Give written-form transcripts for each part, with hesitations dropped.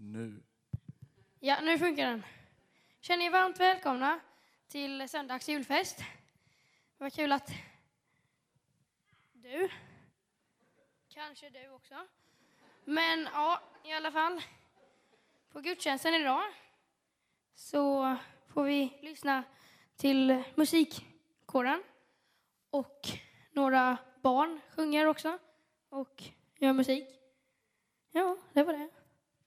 nu. Ja, nu funkar den. Känner er varmt välkomna till söndags julfest. Vad kul att du, kanske du också. Men ja, i alla fall. På gudstjänsten idag så får vi lyssna till musikkåren. Och några barn sjunger också och gör musik. Ja, det var det.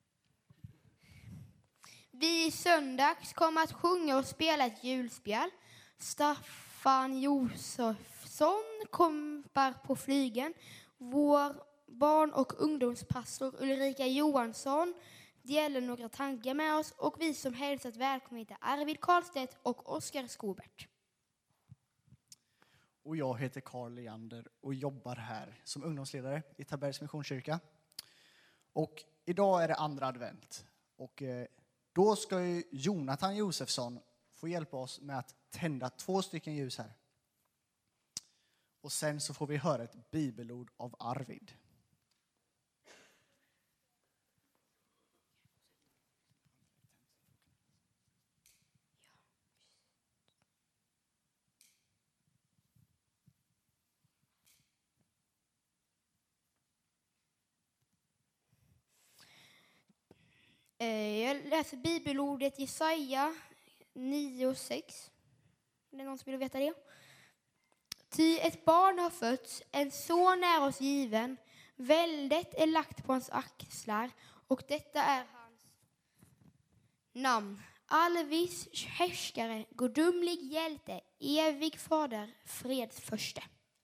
Vi i söndags kommer att sjunga och spela ett julspel. Staffan Josefsson kompar på flygen. Vår barn- och ungdomspastor Ulrika Johansson delar några tankar med oss. Och vi som hälsat välkommen heter Arvid Karlstedt och Oskar Skobert. Och jag heter Carl Leander och jobbar här som ungdomsledare i Tabergs Missionskyrka. Och idag är det andra advent. Och då ska ju Jonathan Josefsson få hjälpa oss med att tända 2 stycken ljus här. Och sen så får vi höra ett bibelord av Arvid. Jag läser bibelordet Jesaja 9:6. Är det någon som vill veta det? Ty ett barn har fötts, en son är oss given, väldet är lagt på hans axlar, och detta är hans namn. Allvis härskare, gudomlig hjälte, evig fader, freds förste.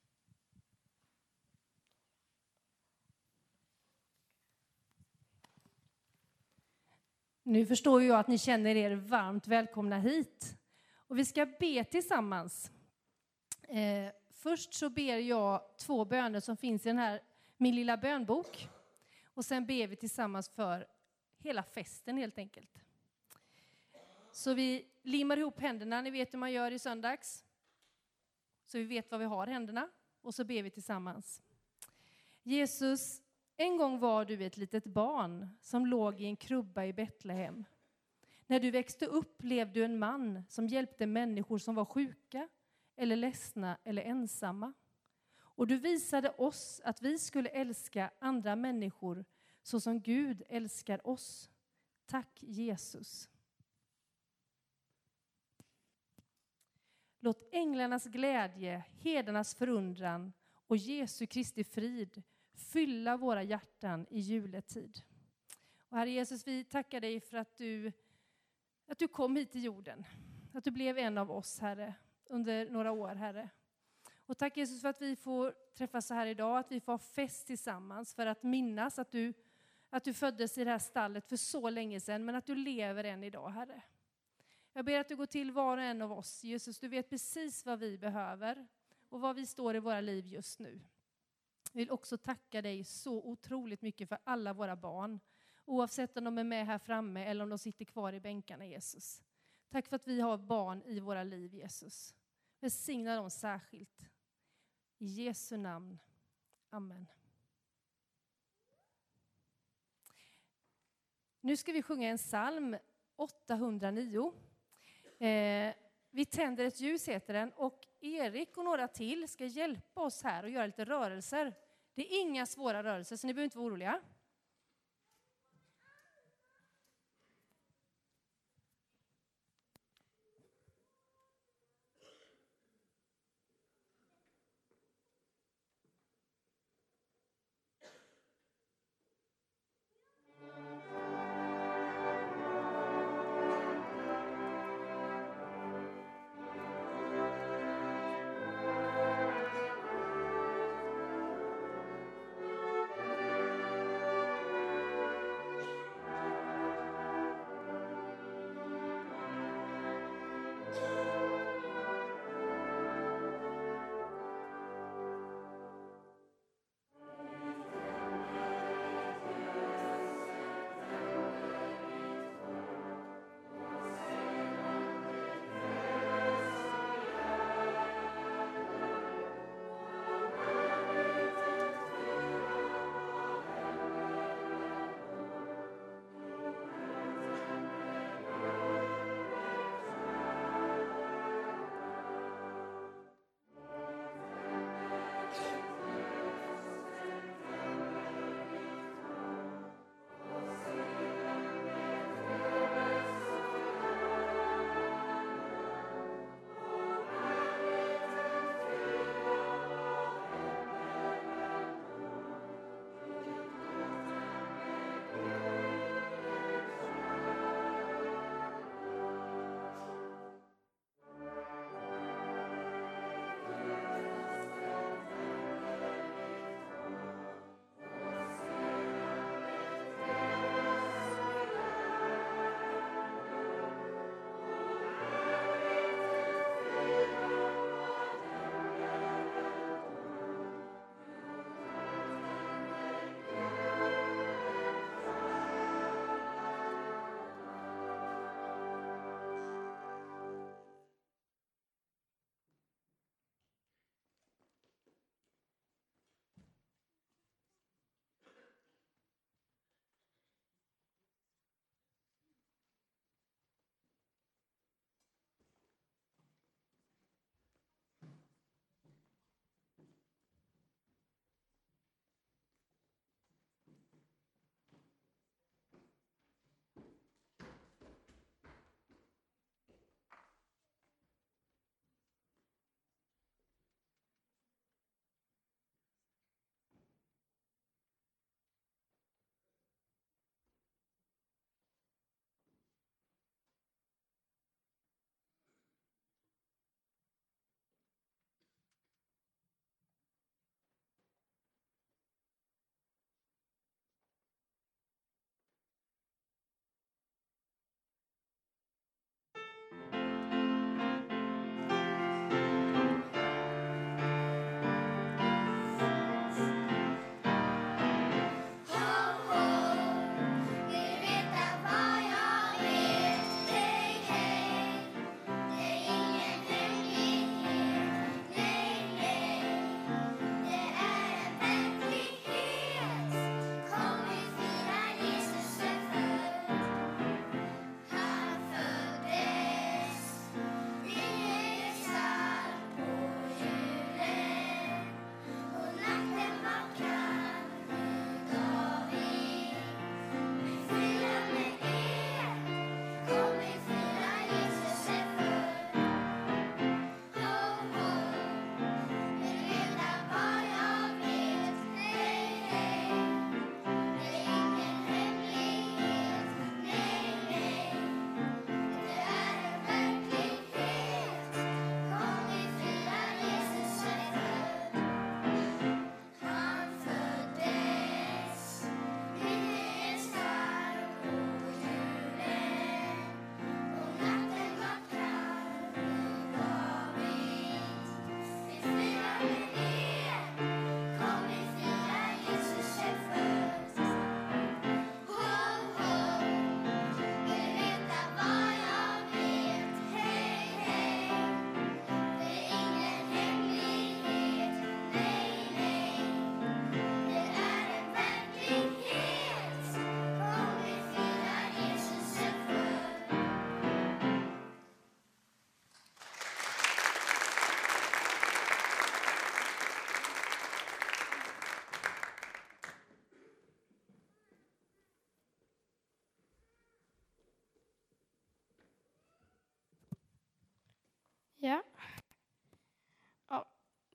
Nu förstår jag att ni känner er varmt välkomna hit. Och vi ska be tillsammans. Först så ber jag 2 böner som finns i den här min lilla bönbok. Och sen ber vi tillsammans för hela festen helt enkelt. Så vi limmar ihop händerna, ni vet hur man gör i söndags. Så vi vet vad vi har i händerna. Och så ber vi tillsammans. Jesus, en gång var du ett litet barn som låg i en krubba i Betlehem. När du växte upp blev du en man som hjälpte människor som var sjuka eller ledsna eller ensamma. Och du visade oss att vi skulle älska andra människor så som Gud älskar oss. Tack Jesus. Låt änglarnas glädje, herdarnas förundran och Jesu Kristi frid fylla våra hjärtan i juletid. Och Herre Jesus, vi tackar dig för att du kom hit till jorden. Att du blev en av oss, Herre, under några år, Herre. Och tack Jesus för att vi får träffas så här idag, att vi får ha fest tillsammans för att minnas att du föddes i det här stallet för så länge sedan, men att du lever än idag, Herre. Jag ber att du går till var och en av oss. Jesus, du vet precis vad vi behöver och vad vi står i våra liv just nu. Jag vill också tacka dig så otroligt mycket för alla våra barn. Oavsett om de är med här framme eller om de sitter kvar i bänkarna, Jesus. Tack för att vi har barn i våra liv, Jesus. Välsigna dem särskilt. I Jesu namn. Amen. Nu ska vi sjunga en psalm 809. Vi tänder ett ljus heter den, och Erik och några till ska hjälpa oss här och göra lite rörelser. Det är inga svåra rörelser så ni behöver inte vara oroliga.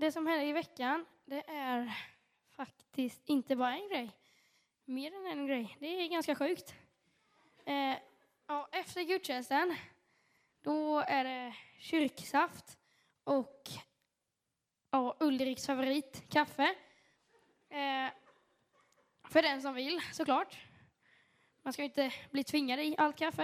det som händer i veckan, det är faktiskt inte bara en grej. Mer än en grej. Det är ganska sjukt. Efter gudstjänsten, då är det kyrksaft och Ulriks favorit, kaffe. För den som vill, såklart. Man ska ju inte bli tvingad i allt kaffe.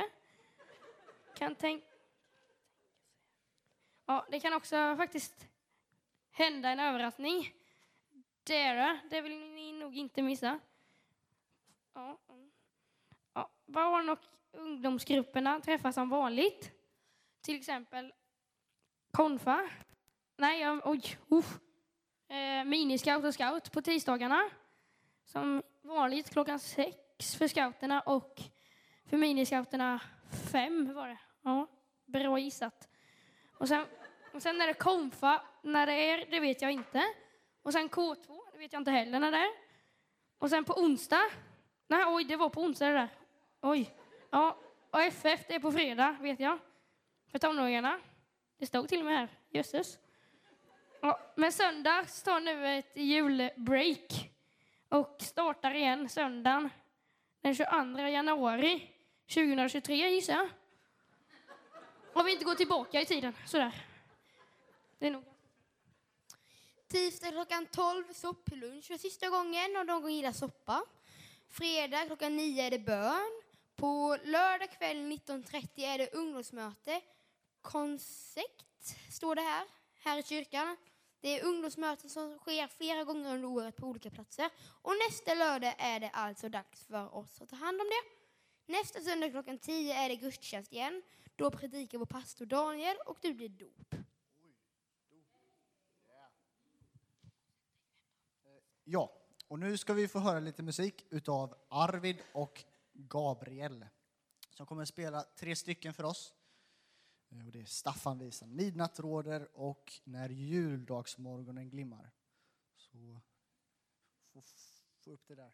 Det kan också faktiskt hända en överraskning. Det vill ni nog inte missa. Barn- och ungdomsgrupperna träffas som vanligt. Till exempel konfa. Miniscout och scout på tisdagarna. Som vanligt 6:00 för scouterna och för miniscouterna 5 var det. Ja, bra gissat. Och sen är det konfa. När det är, det vet jag inte. Och sen K2, det vet jag inte heller när det är. Och sen på onsdag. Det var på onsdag det där. Ja, och FF det är på fredag, vet jag. För tonåringarna. Det stod till och med här. Jösses. Ja, men söndag står nu ett julbreak. Och startar igen söndagen den 22 januari 2023 gissar jag. Om vi inte går tillbaka i tiden. Sådär. Det är nog. Tisdag klockan 12 sopplunch för sista gången om någon gillar soppa. Fredag klockan 9 är det bön. På lördag kväll 19.30 är det ungdomsmöte. Konsekt står det här i kyrkan. Det är ungdomsmöten som sker flera gånger under året på olika platser. Och nästa lördag är det alltså dags för oss att ta hand om det. Nästa söndag klockan 10 är det gudstjänst igen. Då predikar vår pastor Daniel och det blir dop. Ja, och nu ska vi få höra lite musik utav Arvid och Gabriel som kommer att spela 3 stycken för oss. Och det är Staffanvisan, Midnatt råder och När juldagsmorgonen glimmar. Så få upp det där.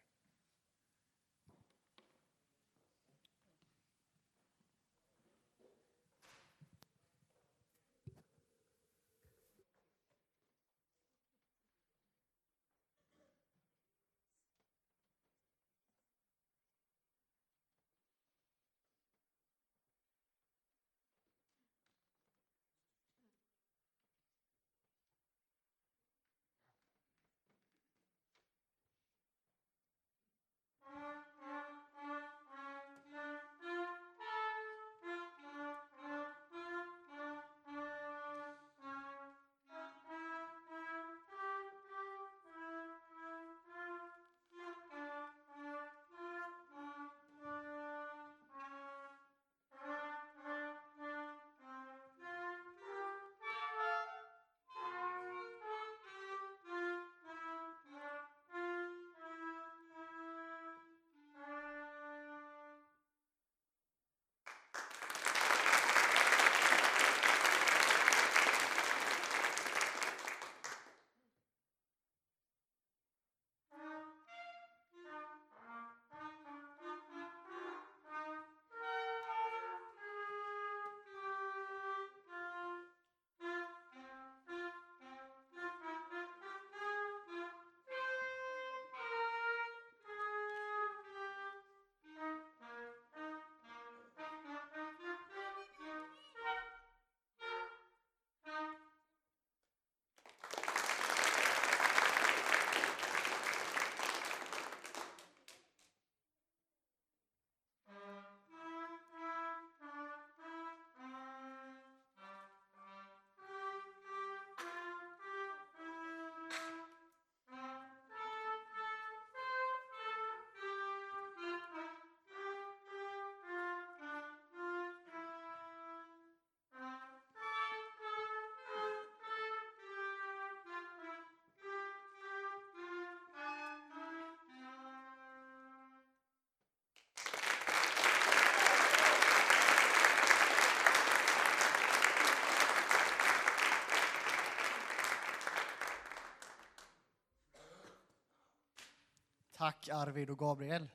Tack Arvid och Gabriel.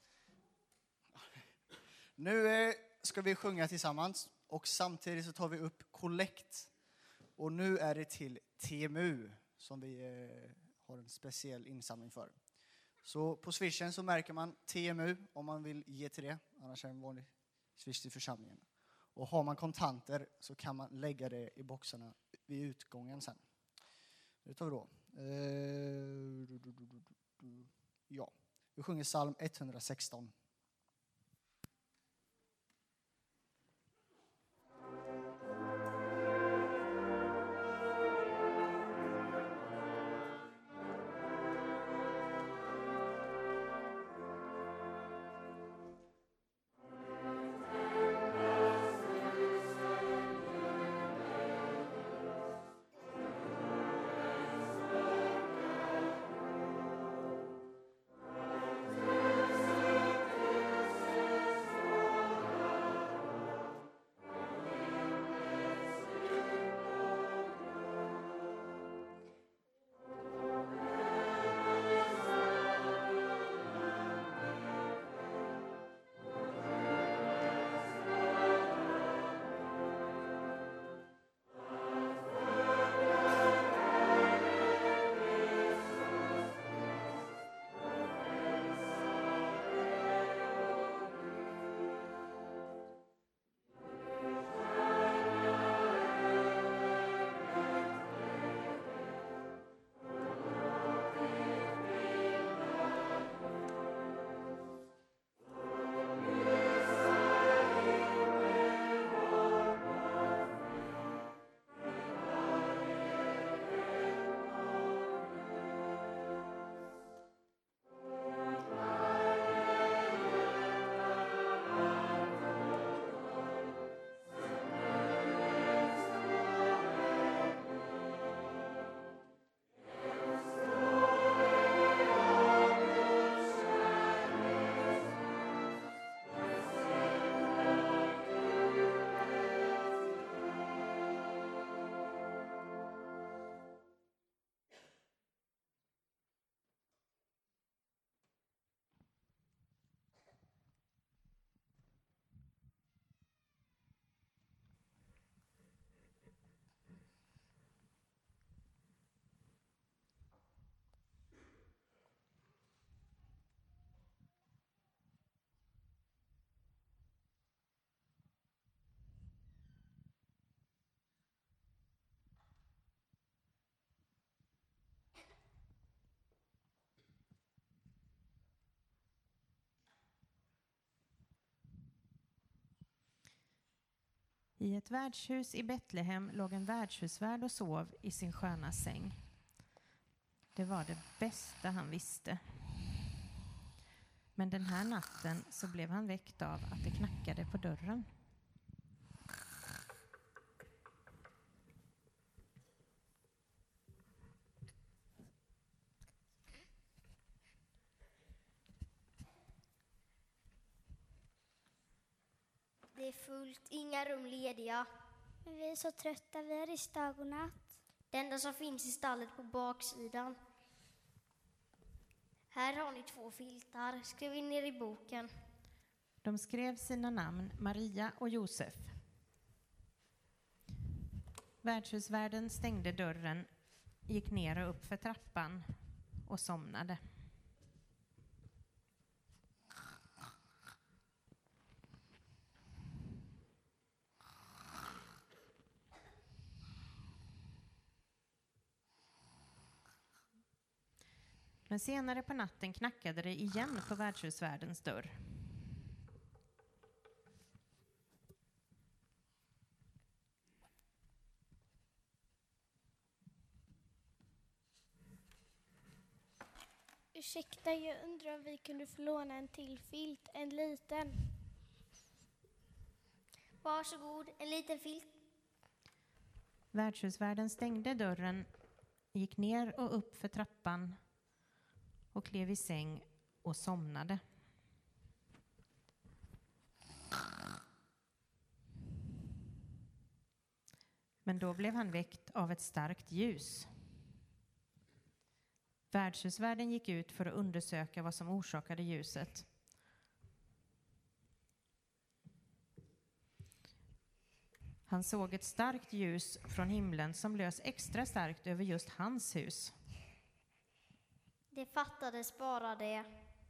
Nu ska vi sjunga tillsammans och samtidigt så tar vi upp kollekt. Och nu är det till TMU som vi har en speciell insamling för. Så på Swishen så märker man TMU om man vill ge till det. Annars är det en vanlig Swish till församlingen. Och har man kontanter så kan man lägga det i boxarna vid utgången sen. Det tar vi då. Ja, vi sjunger psalm 116. I ett värdshus i Betlehem låg en värdshusvärd och sov i sin sköna säng. Det var det bästa han visste. Men den här natten så blev han väckt av att det knackade på dörren. Det är fullt, inga rum lediga. Men vi är så trötta, vi har rist dag och natt. Det enda som finns i stallet på baksidan. Här har ni 2 filtar, skriv in er i boken. De skrev sina namn, Maria och Josef. Värdshusvärden stängde dörren, gick ner och upp för trappan och somnade. Men senare på natten knackade det igen på värdshusvärdens dörr. Ursäkta, jag undrar om vi kunde få låna en till filt, en liten. Varsågod, en liten filt. Värdshusvärden stängde dörren, gick ner och upp för trappan och klev i säng och somnade. Men då blev han väckt av ett starkt ljus. Värdshusvärden gick ut för att undersöka vad som orsakade ljuset. Han såg ett starkt ljus från himlen som lös extra starkt över just hans hus. Det fattades bara det.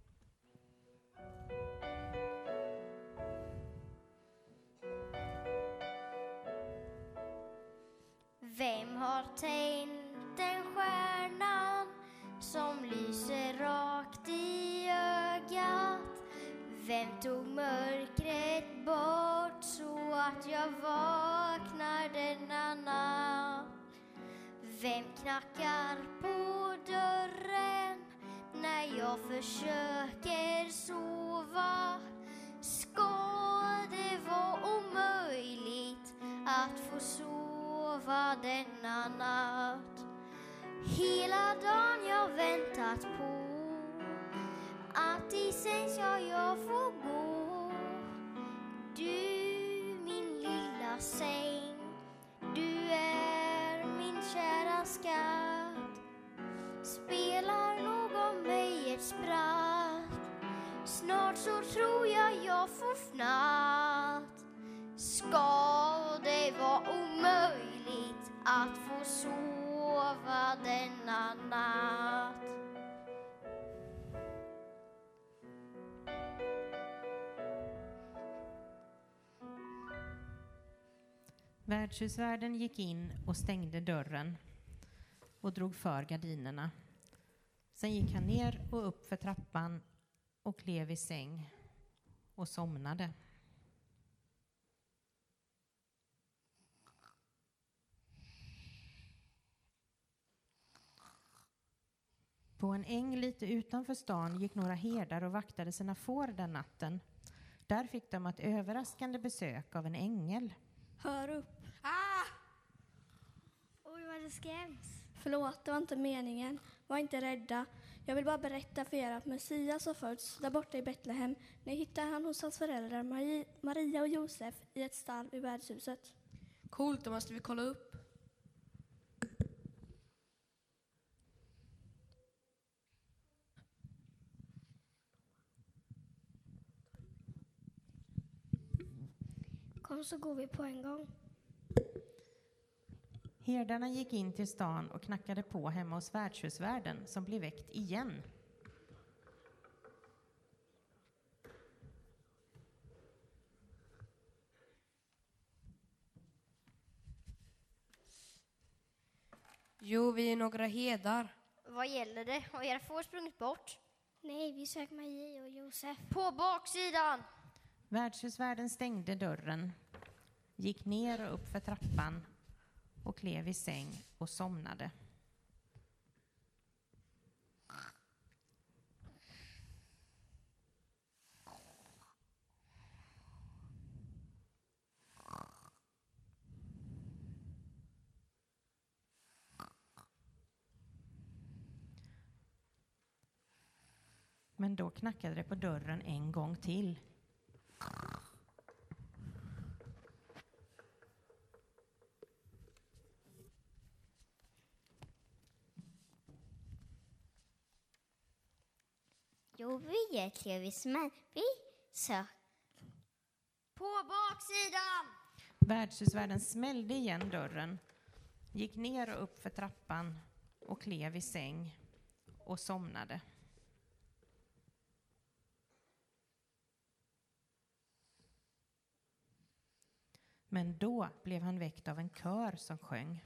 Vem har tänt den stjärnan som lyser rakt i ögat? Vem tog mörkret bort så att jag vaknar denna natt? Vem knackar på dörren när jag försöker sova? Ska det vara omöjligt att få sova denna natt? Hela dagen jag väntat på att i säng ska jag få gå. Du, min lilla säng, du är min kära skatt. Spelar någon mig ett spratt, snart så tror jag får fnatt. Ska det vara omöjligt att få sova denna natt? Värdshusvärden gick in och stängde dörren och drog för gardinerna. Sen gick han ner och upp för trappan och klev i säng och somnade. På en äng lite utanför stan gick några herdar och vaktade sina får den natten. Där fick de ett överraskande besök av en ängel. Hör upp. Oj, vad det skräms. Förlåt, det var inte meningen. Var inte rädda. Jag vill bara berätta för er att Messias har fötts där borta i Betlehem. Ni hittar han hos hans föräldrar Maria och Josef i ett stall i värdshuset. Coolt, då måste vi kolla upp. Kom så går vi på en gång. Herdarna gick in till stan och knackade på hemma hos värdshusvärden som blev väckt igen. Jo, vi är några herdar. Vad gäller det? Har era får sprungit bort? Nej, vi söker Maria och Josef. På baksidan! Värdshusvärden stängde dörren, gick ner och upp för trappan och klev i säng och somnade. Men då knackade det på dörren en gång till. Jo, vi är Klevis, men vi sök. På baksidan! Värdshusvärden smällde igen dörren, gick ner och upp för trappan och klev i säng och somnade. Men då blev han väckt av en kör som sjöng.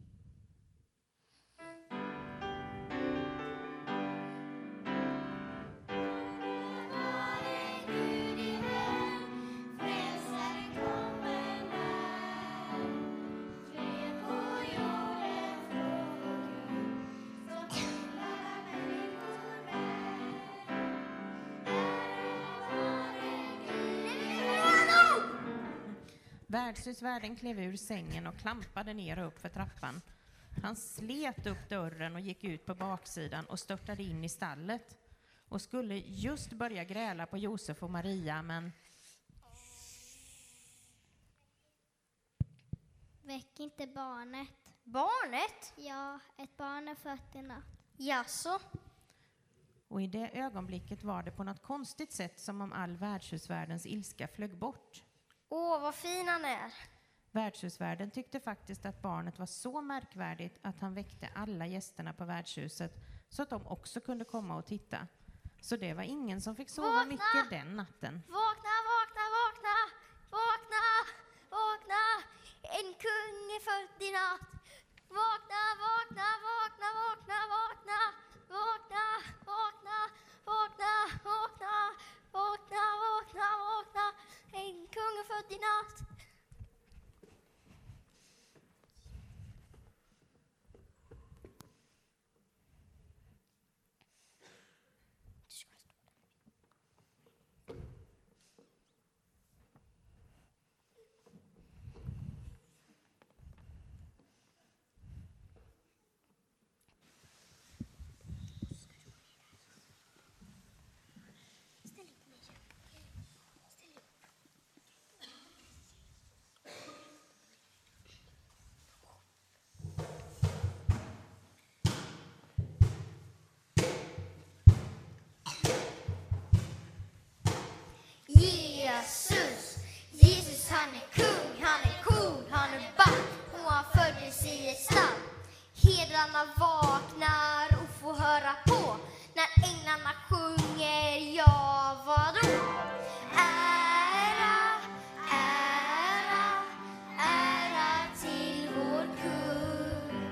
Värdshusvärden klev ur sängen och klampade ner och upp för trappan. Han slet upp dörren och gick ut på baksidan och störtade in i stallet och skulle just börja gräla på Josef och Maria, men... Väck inte barnet. Barnet? Ja, ett barn är fött i natt. Jaså? Och i det ögonblicket var det på något konstigt sätt som om all värdshusvärldens ilska flög bort. Åh, vad fin han är. Värdshusvärden tyckte faktiskt att barnet var så märkvärdigt att han väckte alla gästerna på värdshuset så att de också kunde komma och titta. Så det var ingen som fick sova mycket den natten. Vakna, vakna, vakna, vakna, vakna. En kung är född i natt. Vakna, vakna, vakna, vakna, vakna. Vakna, vakna, vakna, vakna. Vakna, vakna, vakna. En kung är född i natt. Jesus han är kung, han är cool, han är back och han föddes i ett stall. Hedrarna vaknar och får höra på när änglarna sjunger, ja vadå? Ära, ära, ära till vår kung.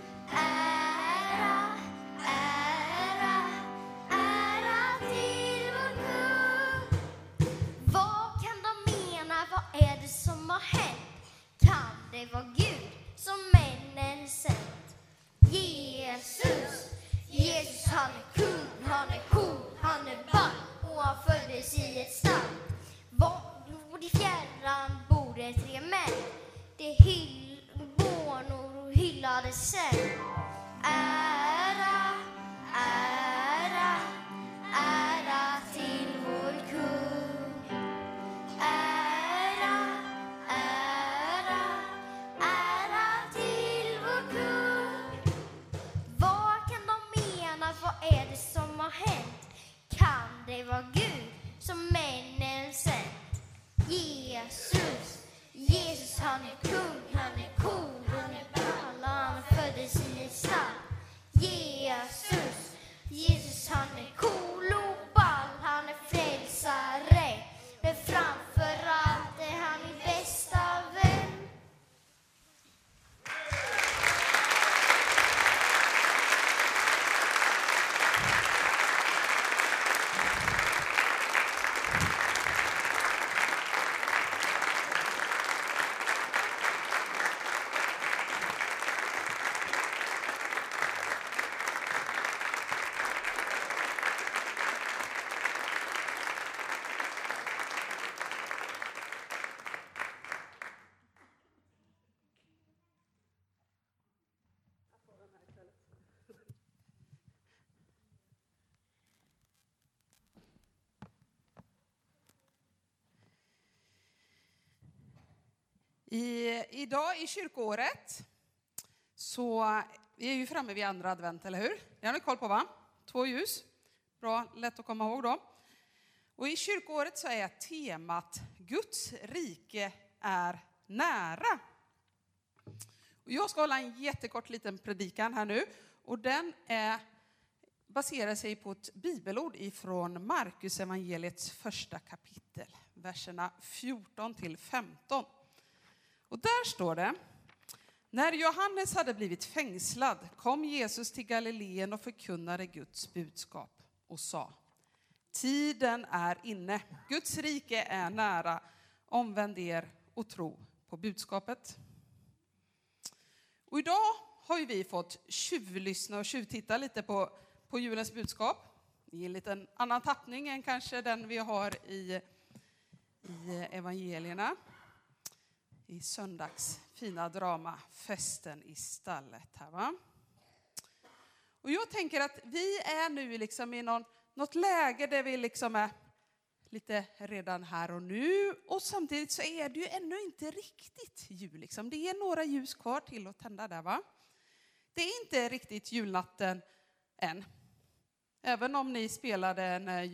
Ära, ära, ära till vår kung. Vad kan de mena? Vad är det som har hänt? Kan det vara Gud som männen sänt? Jesus han är kung, han är cool, han är back och han föddes i ett stall. Var i fjärran bor det 3 män. Det barnor och hyllade sen. Ära, ära, ära till vår kung. Ära, ära, ära till vår kung. Vad kan de mena? Vad är det som har hänt? Kan det vara Gud som männen sänt? Jesus han är kung, han är cool, han är ball, han föddes i ett stall. Jesus han är cool och ball, han är frälsare. Men framför allt är han min bästa vän. Idag i kyrkoåret så vi är ju framme vid andra advent, eller hur? Det har ni koll på, va? 2 ljus. Bra, lätt att komma ihåg då. Och i kyrkoåret så är temat Guds rike är nära. Och jag ska hålla en jättekort liten predikan här nu. Och den baserar sig på ett bibelord ifrån Markus evangeliets 1:a kapitel. Verserna 14-15. Och där står det: när Johannes hade blivit fängslad kom Jesus till Galileen och förkunnade Guds budskap och sa: tiden är inne, Guds rike är nära, omvänd er och tro på budskapet. Och idag har ju vi fått tjuvlyssna och tjuvtitta lite på julens budskap i en liten annan tappning än kanske den vi har i evangelierna. I söndags fina drama, festen i stallet här, va? Och jag tänker att vi är nu liksom i något läge där vi liksom är lite redan här och nu. Och samtidigt så är det ju ännu inte riktigt jul liksom. Det är några ljus kvar till att tända där, va? Det är inte riktigt julnatten än. Även om ni spelade när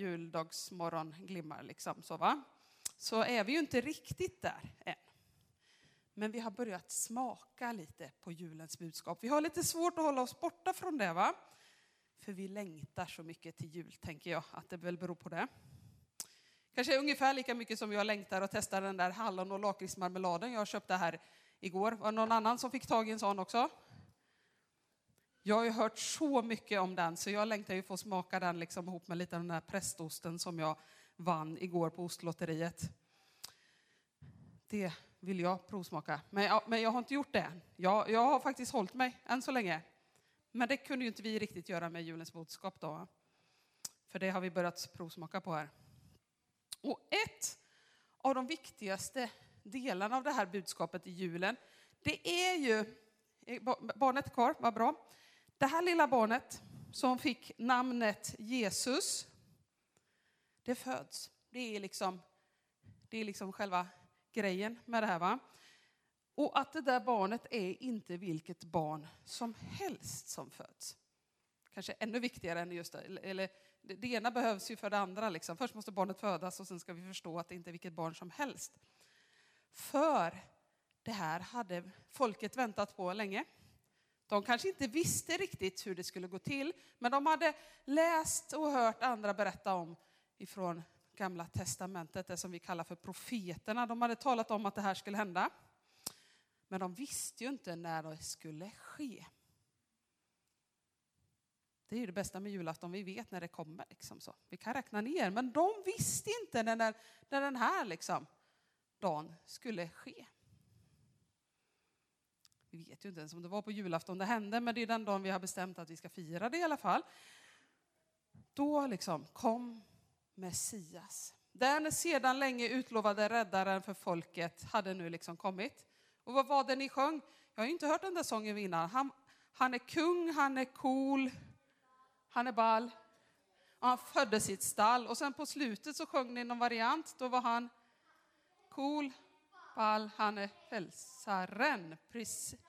juldagsmorgon glimmar liksom så, va? Så är vi ju inte riktigt där än. Men vi har börjat smaka lite på julens budskap. Vi har lite svårt att hålla oss borta från det, va? För vi längtar så mycket till jul, tänker jag, att det väl beror på det. Kanske ungefär lika mycket som jag längtar och testar den där hallon- och lakritsmarmeladen jag köpte här igår. Var det någon annan som fick tag i en sån också? Jag har ju hört så mycket om den, så jag längtar ju få smaka den liksom ihop med lite av den där prästosten som jag vann igår på Ostlotteriet. Det vill jag provsmaka. Men jag har inte gjort det än. Jag har faktiskt hållit mig än så länge. Men det kunde ju inte vi riktigt göra med julens budskap då. För det har vi börjat provsmaka på här. Och ett av de viktigaste delarna av det här budskapet i julen, det är ju, barnet kvar, vad bra. Det här lilla barnet som fick namnet Jesus, det föds. Det är liksom själva grejen med det här, va? Och att det där barnet är inte vilket barn som helst som föds. Kanske ännu viktigare än just det. Eller det ena behövs ju för det andra. Liksom. Först måste barnet födas och sen ska vi förstå att det inte är vilket barn som helst. För det här hade folket väntat på länge. De kanske inte visste riktigt hur det skulle gå till. Men de hade läst och hört andra berätta om ifrån Gamla testamentet. Det som vi kallar för profeterna. De hade talat om att det här skulle hända. Men de visste ju inte när det skulle ske. Det är ju det bästa med julafton. Vi vet när det kommer. Liksom så. Vi kan räkna ner. Men de visste inte när den här dagen skulle ske. Vi vet ju inte ens om det var på julafton det hände. Men det är den dagen vi har bestämt att vi ska fira det i alla fall. Då kom Messias. Den sedan länge utlovade räddaren för folket hade nu kommit. Och vad var det ni sjöng? Jag har ju inte hört den där sången innan. Han är kung, han är cool, han är ball. Han födde sitt stall. Och sen på slutet så sjöng ni någon variant. Då var han cool, ball, han är frälsaren. Precis.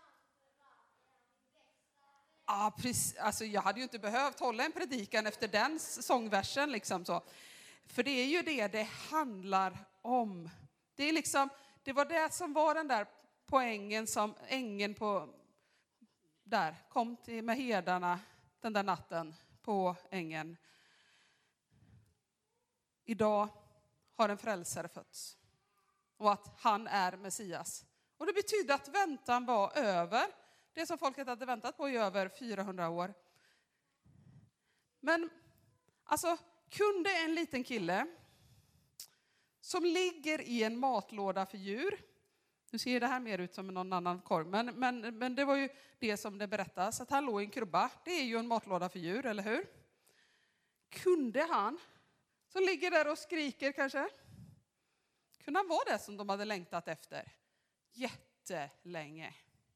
Ja, precis. Alltså, jag hade ju inte behövt hålla en predikan efter den sångversen. Så. För det är ju det handlar om. Det är det var det som var den där poängen som ängeln kom till med herdarna den där natten på ängen. Idag har en frälsare fötts. Och att han är Messias. Och det betyder att väntan var över. Det som folket hade väntat på i över 400 år. Men kunde en liten kille som ligger i en matlåda för djur. Nu ser det här mer ut som någon annan korv. Men det var ju det som det berättas. Att han låg i en krubba. Det är ju en matlåda för djur, eller hur? Kunde han, som ligger där och skriker kanske. Kunde han vara det som de hade längtat efter? Jättelänge.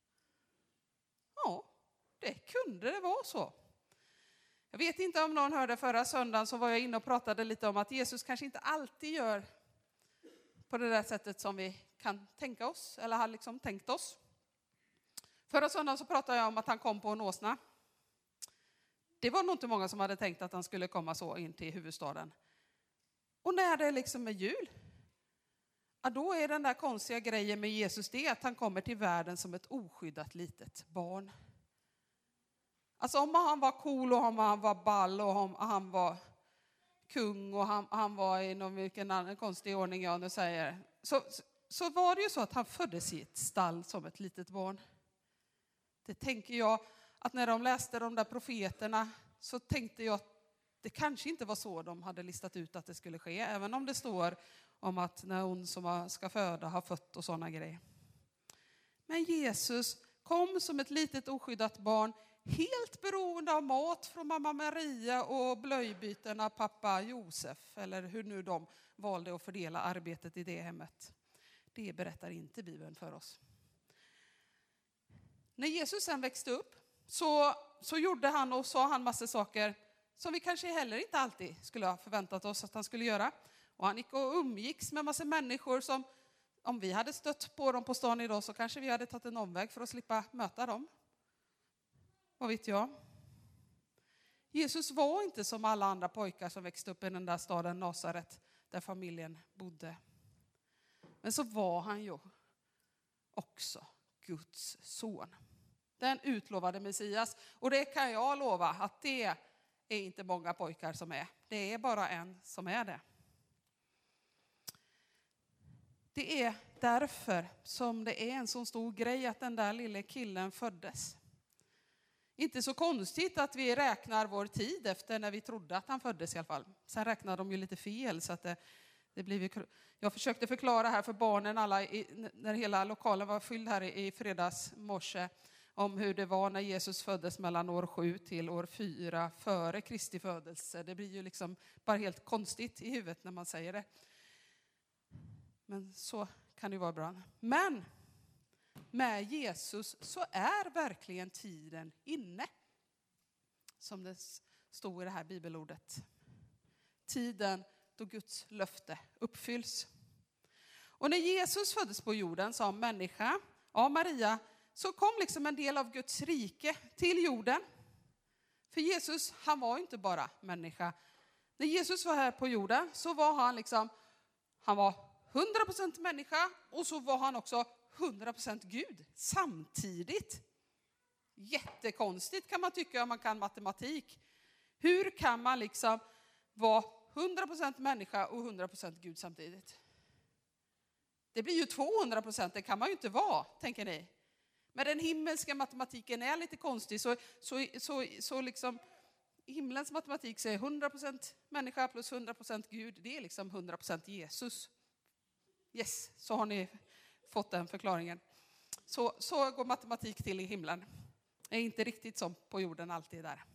Ja, det kunde det vara så. Jag vet inte om någon hörde förra söndagen, så var jag inne och pratade lite om att Jesus kanske inte alltid gör på det där sättet som vi kan tänka oss, eller har tänkt oss. Förra söndagen så pratade jag om att han kom på en åsna. Det var nog inte många som hade tänkt att han skulle komma så in till huvudstaden. Och när det är jul, ja, då är den där konstiga grejen med Jesus det att han kommer till världen som ett oskyddat litet barn. Alltså om han var cool och om han var ball och om han var kung och han var i vilken annan konstig ordning jag nu säger. Så var det ju så att han föddes i ett stall som ett litet barn. Det tänker jag att när de läste de där profeterna så tänkte jag att det kanske inte var så de hade listat ut att det skulle ske. Även om det står om att när hon som ska föda har fött och sådana grejer. Men Jesus kom som ett litet oskyddat barn. Helt beroende av mat från mamma Maria och blöjbyten av pappa Josef. Eller hur nu de valde att fördela arbetet i det hemmet. Det berättar inte Bibeln för oss. När Jesus sen växte upp så gjorde han och sa han massa saker som vi kanske heller inte alltid skulle ha förväntat oss att han skulle göra. Och han gick och umgicks med massa människor som om vi hade stött på dem på stan idag så kanske vi hade tagit en omväg för att slippa möta dem. Vad vet jag? Jesus var inte som alla andra pojkar som växte upp i den där staden Nasaret där familjen bodde. Men så var han ju. också Guds son. Den utlovade Messias. Och det kan jag lova att det är inte många pojkar som är. Det är bara en som är det. Det är därför som det är en så stor grej att den där lille killen föddes. Inte så konstigt att vi räknar vår tid efter när vi trodde att han föddes i alla fall. Sen räknar de ju lite fel så att det blir. Jag försökte förklara här för barnen alla när hela lokalen var fylld här i fredags morse om hur det var när Jesus föddes mellan år 7 till år 4 före Kristi födelse. Det blir ju liksom bara helt konstigt i huvudet när man säger det. Men så kan det vara bra. Men med Jesus så är verkligen tiden inne. Som det stod i det här bibelordet. Tiden då Guds löfte uppfylls. Och när Jesus föddes på jorden som människa av Maria så kom liksom en del av Guds rike till jorden. För Jesus, han var inte bara människa. När Jesus var här på jorden så var han var 100% människa och så var han också 100% Gud samtidigt. Jättekonstigt kan man tycka om man kan matematik. Hur kan man liksom vara 100% människa och 100% Gud samtidigt? Det blir ju 200%, det kan man ju inte vara, tänker ni. Men den himmelska matematiken är lite konstig, så liksom himlens matematik säger 100% människa plus 100% Gud, det är liksom 100% Jesus. Yes, så har ni fått den förklaringen. Så går matematik till i himlen. Det är inte riktigt som på jorden alltid där.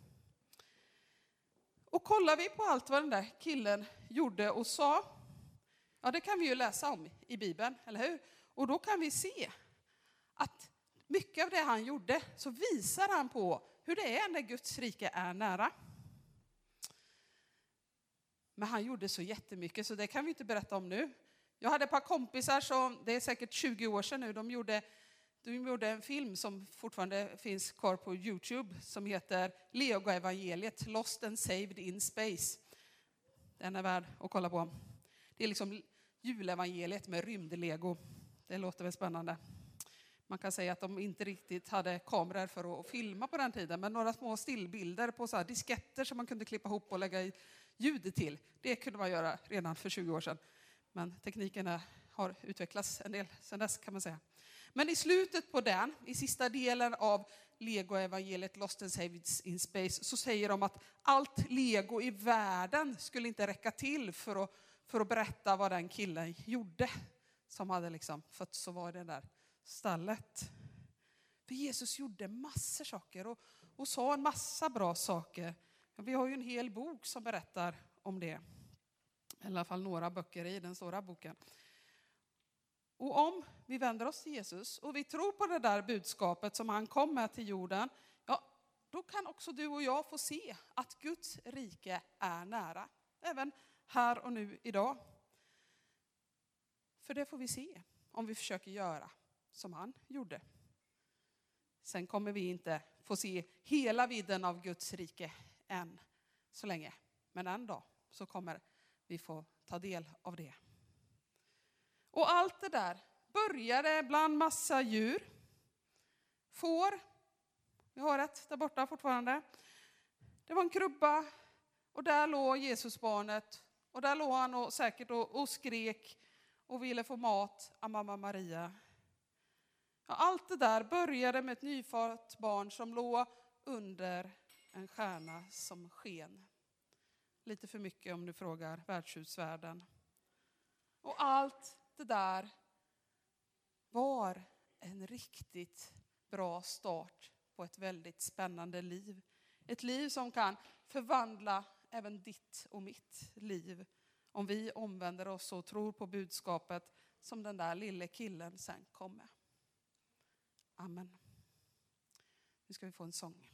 Och kollar vi på allt vad den där killen gjorde och sa, ja det kan vi ju läsa om i Bibeln, eller hur? Och då kan vi se att mycket av det han gjorde så visar han på hur det är när Guds rike är nära. Men han gjorde så jättemycket så det kan vi inte berätta om nu. Jag hade ett par kompisar som, det är säkert 20 år sedan nu, de gjorde en film som fortfarande finns kvar på YouTube som heter Lego-evangeliet, Lost and Saved in Space. Den är värd att kolla på. Det är liksom julevangeliet med rymdlego. Det låter väl spännande. Man kan säga att de inte riktigt hade kameror för att filma på den tiden, men några små stillbilder på så här disketter som man kunde klippa ihop och lägga i ljudet till. Det kunde man göra redan för 20 år sedan. Men tekniken har utvecklats en del sedan dess kan man säga. Men i slutet på den, i sista delen av Lego-evangeliet Lost and Saved in Space, så säger de att allt Lego i världen skulle inte räcka till för att berätta vad den killen gjorde som hade liksom fötts och var i det där stallet. För Jesus gjorde massor saker och sa en massa bra saker. Vi har ju en hel bok som berättar om det. I alla fall några böcker i den stora boken. Och om vi vänder oss till Jesus och vi tror på det där budskapet som han kom med till jorden, ja, då kan också du och jag få se att Guds rike är nära. Även här och nu idag. För det får vi se om vi försöker göra som han gjorde. Sen kommer vi inte få se hela vidden av Guds rike än så länge. Men en dag så kommer vi få ta del av det. Och allt det där började bland massa djur. Får, vi har ett där borta fortfarande. Det var en krubba och där låg Jesusbarnet. Och där låg han och säkert och skrek och ville få mat av mamma Maria. Ja, allt det där började med ett nyfött barn som låg under en stjärna som sken. Lite för mycket om du frågar värdshusvärlden. Och allt det där var en riktigt bra start på ett väldigt spännande liv. Ett liv som kan förvandla även ditt och mitt liv. Om vi omvänder oss och tror på budskapet som den där lille killen sen kom med. Amen. Nu ska vi få en sång.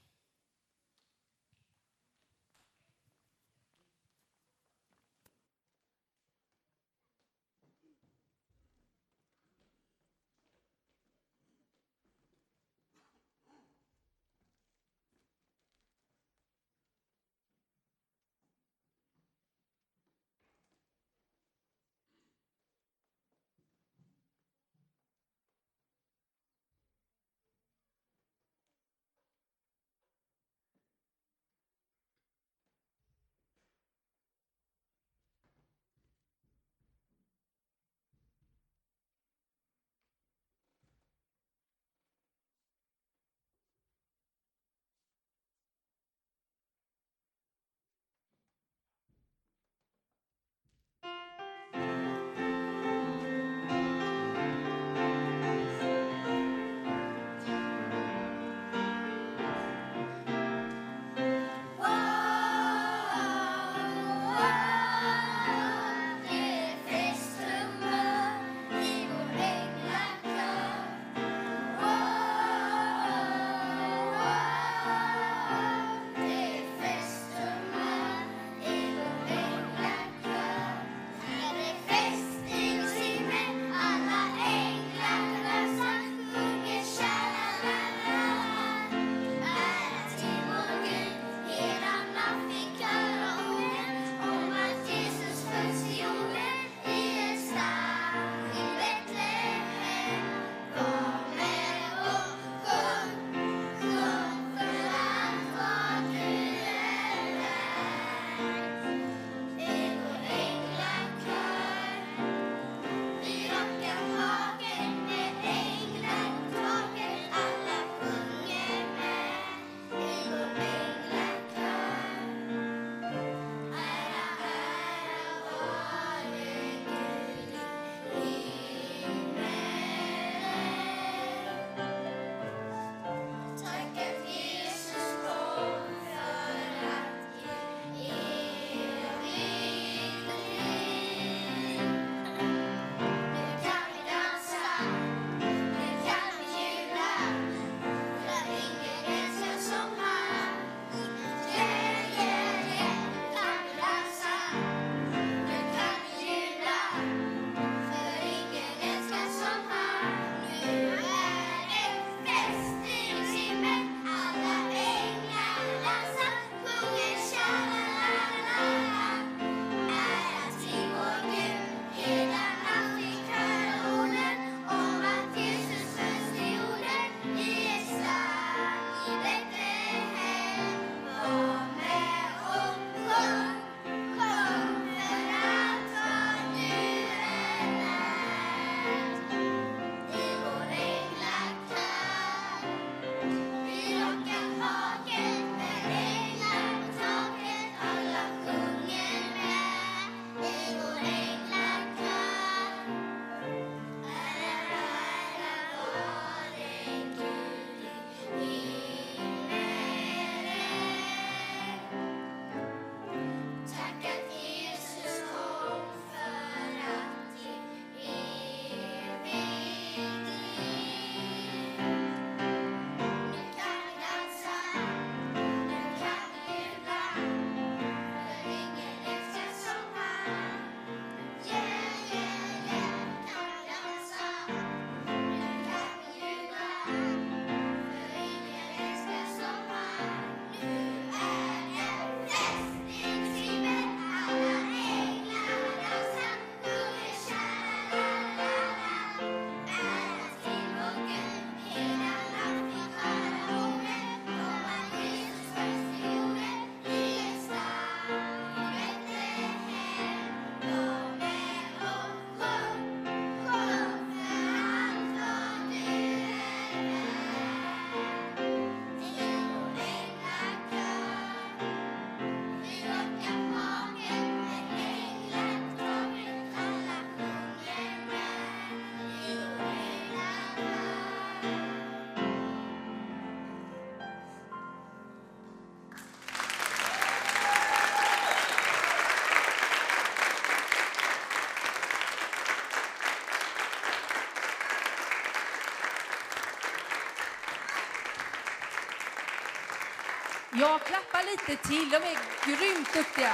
Jag klappar lite till, de är grymt duktiga.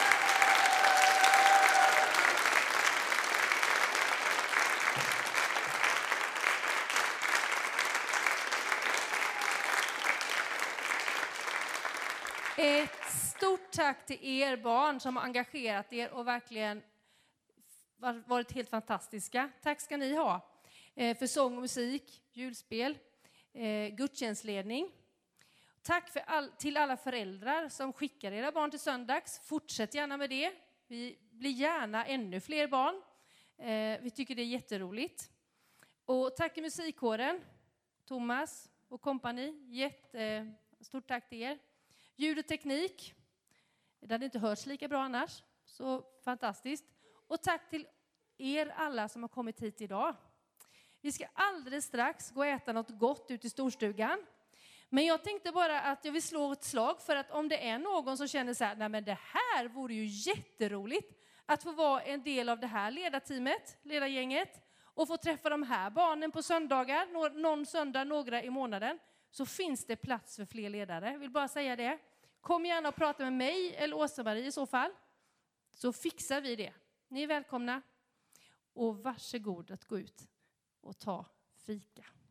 Ett stort tack till er barn som har engagerat er och verkligen varit helt fantastiska. Tack ska ni ha för sång och musik, julspel, gudstjänstledning. Tack till alla föräldrar som skickar era barn till söndags. Fortsätt gärna med det. Vi blir gärna ännu fler barn. Vi tycker det är jätteroligt. Och tack till musikkåren, Thomas och kompani. Stort tack till er. Ljud och teknik. Det hade inte hörts lika bra annars. Så fantastiskt. Och tack till er alla som har kommit hit idag. Vi ska alldeles strax gå och äta något gott ute i storstugan. Men jag tänkte bara att jag vill slå ett slag för att om det är någon som känner så här, nej men det här vore ju jätteroligt att få vara en del av det här ledargänget och få träffa de här barnen på söndagar, någon söndag, några i månaden, så finns det plats för fler ledare. Jag vill bara säga det. Kom gärna och prata med mig eller Åsa-Marie i så fall, så fixar vi det. Ni är välkomna och varsågod att gå ut och ta fika.